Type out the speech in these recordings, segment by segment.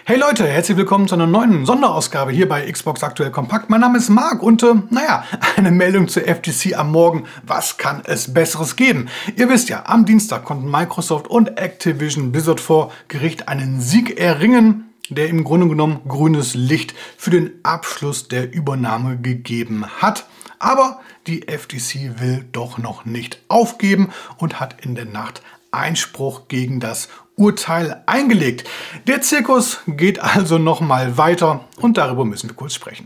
Hey Leute, herzlich willkommen zu einer neuen Sonderausgabe hier bei Xbox Aktuell Kompakt. Mein Name ist Marc und eine Meldung zur FTC am Morgen. Was kann es Besseres geben? Ihr wisst ja, am Dienstag konnten Microsoft und Activision Blizzard vor Gericht einen Sieg erringen, der im Grunde genommen grünes Licht für den Abschluss der Übernahme gegeben hat. Aber die FTC will doch noch nicht aufgeben und hat in der Nacht Einspruch gegen das Urteil eingelegt. Der Zirkus geht also noch mal weiter und darüber müssen wir kurz sprechen.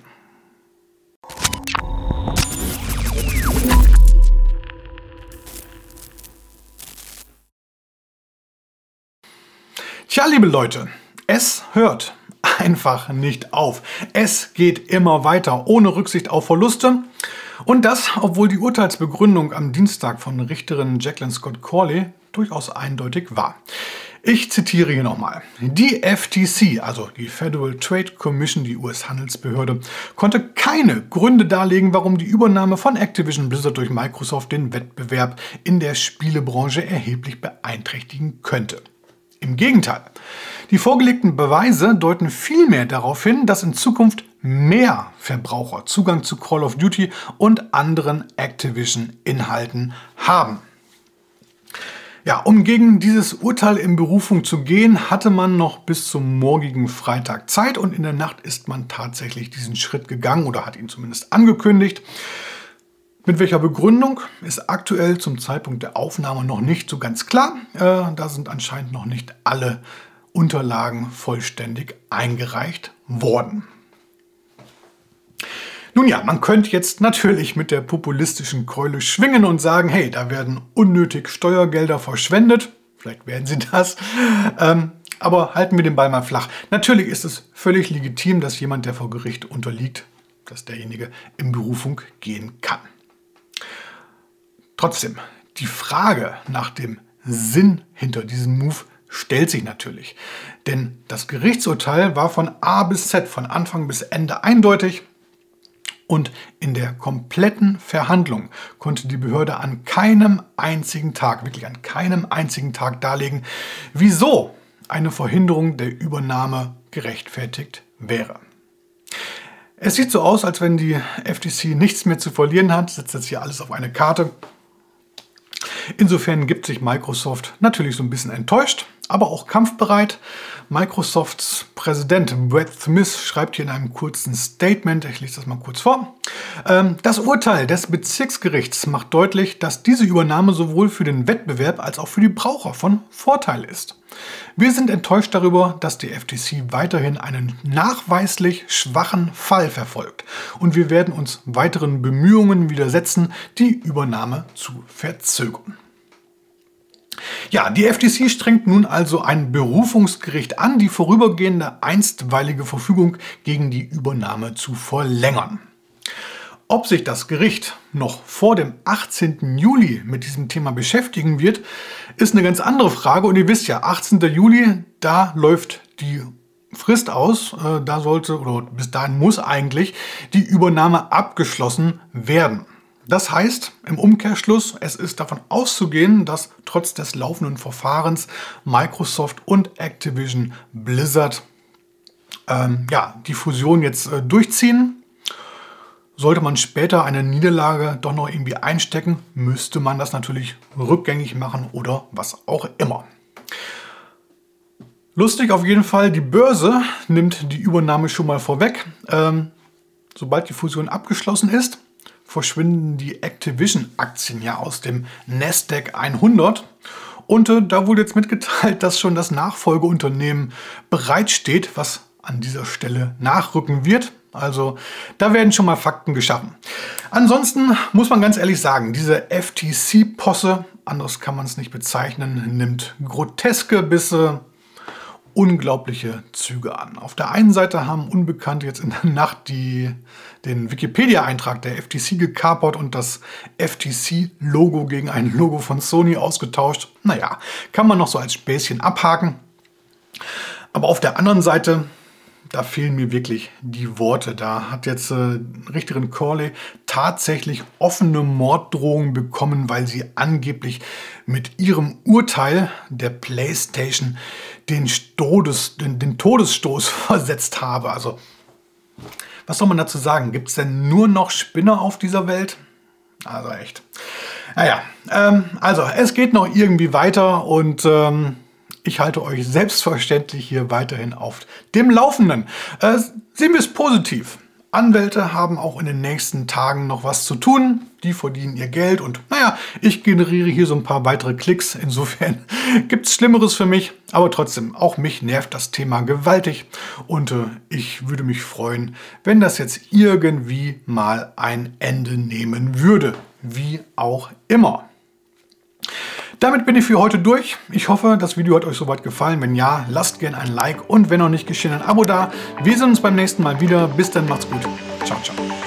Tja, liebe Leute, es hört einfach nicht auf. Es geht immer weiter, ohne Rücksicht auf Verluste. Und das, obwohl die Urteilsbegründung am Dienstag von Richterin Jacqueline Scott Corley durchaus eindeutig war. Ich zitiere hier nochmal. Die FTC, also die Federal Trade Commission, die US-Handelsbehörde, konnte keine Gründe darlegen, warum die Übernahme von Activision Blizzard durch Microsoft den Wettbewerb in der Spielebranche erheblich beeinträchtigen könnte. Im Gegenteil. Die vorgelegten Beweise deuten vielmehr darauf hin, dass in Zukunft mehr Verbraucher Zugang zu Call of Duty und anderen Activision-Inhalten haben. Ja, um gegen dieses Urteil in Berufung zu gehen, hatte man noch bis zum morgigen Freitag Zeit und in der Nacht ist man tatsächlich diesen Schritt gegangen oder hat ihn zumindest angekündigt. Mit welcher Begründung ist aktuell zum Zeitpunkt der Aufnahme noch nicht so ganz klar. Da sind anscheinend noch nicht alle Unterlagen vollständig eingereicht worden. Nun ja, man könnte jetzt natürlich mit der populistischen Keule schwingen und sagen, hey, da werden unnötig Steuergelder verschwendet. Vielleicht werden sie das. Aber halten wir den Ball mal flach. Natürlich ist es völlig legitim, dass jemand, der vor Gericht unterliegt, dass derjenige in Berufung gehen kann. Trotzdem, die Frage nach dem Sinn hinter diesem Move stellt sich natürlich. Denn das Gerichtsurteil war von A bis Z, von Anfang bis Ende eindeutig. Und in der kompletten Verhandlung konnte die Behörde an keinem einzigen Tag, wirklich an keinem einzigen Tag darlegen, wieso eine Verhinderung der Übernahme gerechtfertigt wäre. Es sieht so aus, als wenn die FTC nichts mehr zu verlieren hat, setzt jetzt hier alles auf eine Karte. Insofern gibt sich Microsoft natürlich so ein bisschen enttäuscht, aber auch kampfbereit. Microsofts Präsident Brad Smith schreibt hier in einem kurzen Statement, ich lese das mal kurz vor. Das Urteil des Bezirksgerichts macht deutlich, dass diese Übernahme sowohl für den Wettbewerb als auch für die Braucher von Vorteil ist. Wir sind enttäuscht darüber, dass die FTC weiterhin einen nachweislich schwachen Fall verfolgt und wir werden uns weiteren Bemühungen widersetzen, die Übernahme zu verzögern. Ja, die FTC strengt nun also ein Berufungsgericht an, die vorübergehende einstweilige Verfügung gegen die Übernahme zu verlängern. Ob sich das Gericht noch vor dem 18. Juli mit diesem Thema beschäftigen wird, ist eine ganz andere Frage. Und ihr wisst ja, 18. Juli, da läuft die Frist aus. Da sollte oder bis dahin muss eigentlich die Übernahme abgeschlossen werden. Das heißt, im Umkehrschluss, es ist davon auszugehen, dass trotz des laufenden Verfahrens Microsoft und Activision Blizzard die Fusion jetzt durchziehen. Sollte man später eine Niederlage doch noch irgendwie einstecken, müsste man das natürlich rückgängig machen oder was auch immer. Lustig auf jeden Fall, die Börse nimmt die Übernahme schon mal vorweg. Sobald die Fusion abgeschlossen ist, verschwinden die Activision-Aktien ja aus dem Nasdaq 100. Und da wurde jetzt mitgeteilt, dass schon das Nachfolgeunternehmen bereitsteht, was an dieser Stelle nachrücken wird. Also da werden schon mal Fakten geschaffen. Ansonsten muss man ganz ehrlich sagen, diese FTC-Posse, anders kann man es nicht bezeichnen, nimmt groteske bis unglaubliche Züge an. Auf der einen Seite haben Unbekannte jetzt in der Nacht den Wikipedia-Eintrag der FTC gekapert und das FTC-Logo gegen ein Logo von Sony ausgetauscht. Naja, kann man noch so als Späßchen abhaken. Aber auf der anderen Seite, da fehlen mir wirklich die Worte. Da hat jetzt Richterin Corley tatsächlich offene Morddrohungen bekommen, weil sie angeblich mit ihrem Urteil der PlayStation den Todesstoß versetzt habe. Also, was soll man dazu sagen? Gibt es denn nur noch Spinner auf dieser Welt? Also echt. Naja, also es geht noch irgendwie weiter und ich halte euch selbstverständlich hier weiterhin auf dem Laufenden. Sehen wir es positiv. Anwälte haben auch in den nächsten Tagen noch was zu tun. Die verdienen ihr Geld und naja, ich generiere hier so ein paar weitere Klicks. Insofern gibt es Schlimmeres für mich. Aber trotzdem, auch mich nervt das Thema gewaltig. Und ich würde mich freuen, wenn das jetzt irgendwie mal ein Ende nehmen würde. Wie auch immer. Damit bin ich für heute durch. Ich hoffe, das Video hat euch soweit gefallen. Wenn ja, lasst gerne ein Like und wenn noch nicht geschehen, ein Abo da. Wir sehen uns beim nächsten Mal wieder. Bis dann, macht's gut. Ciao, ciao.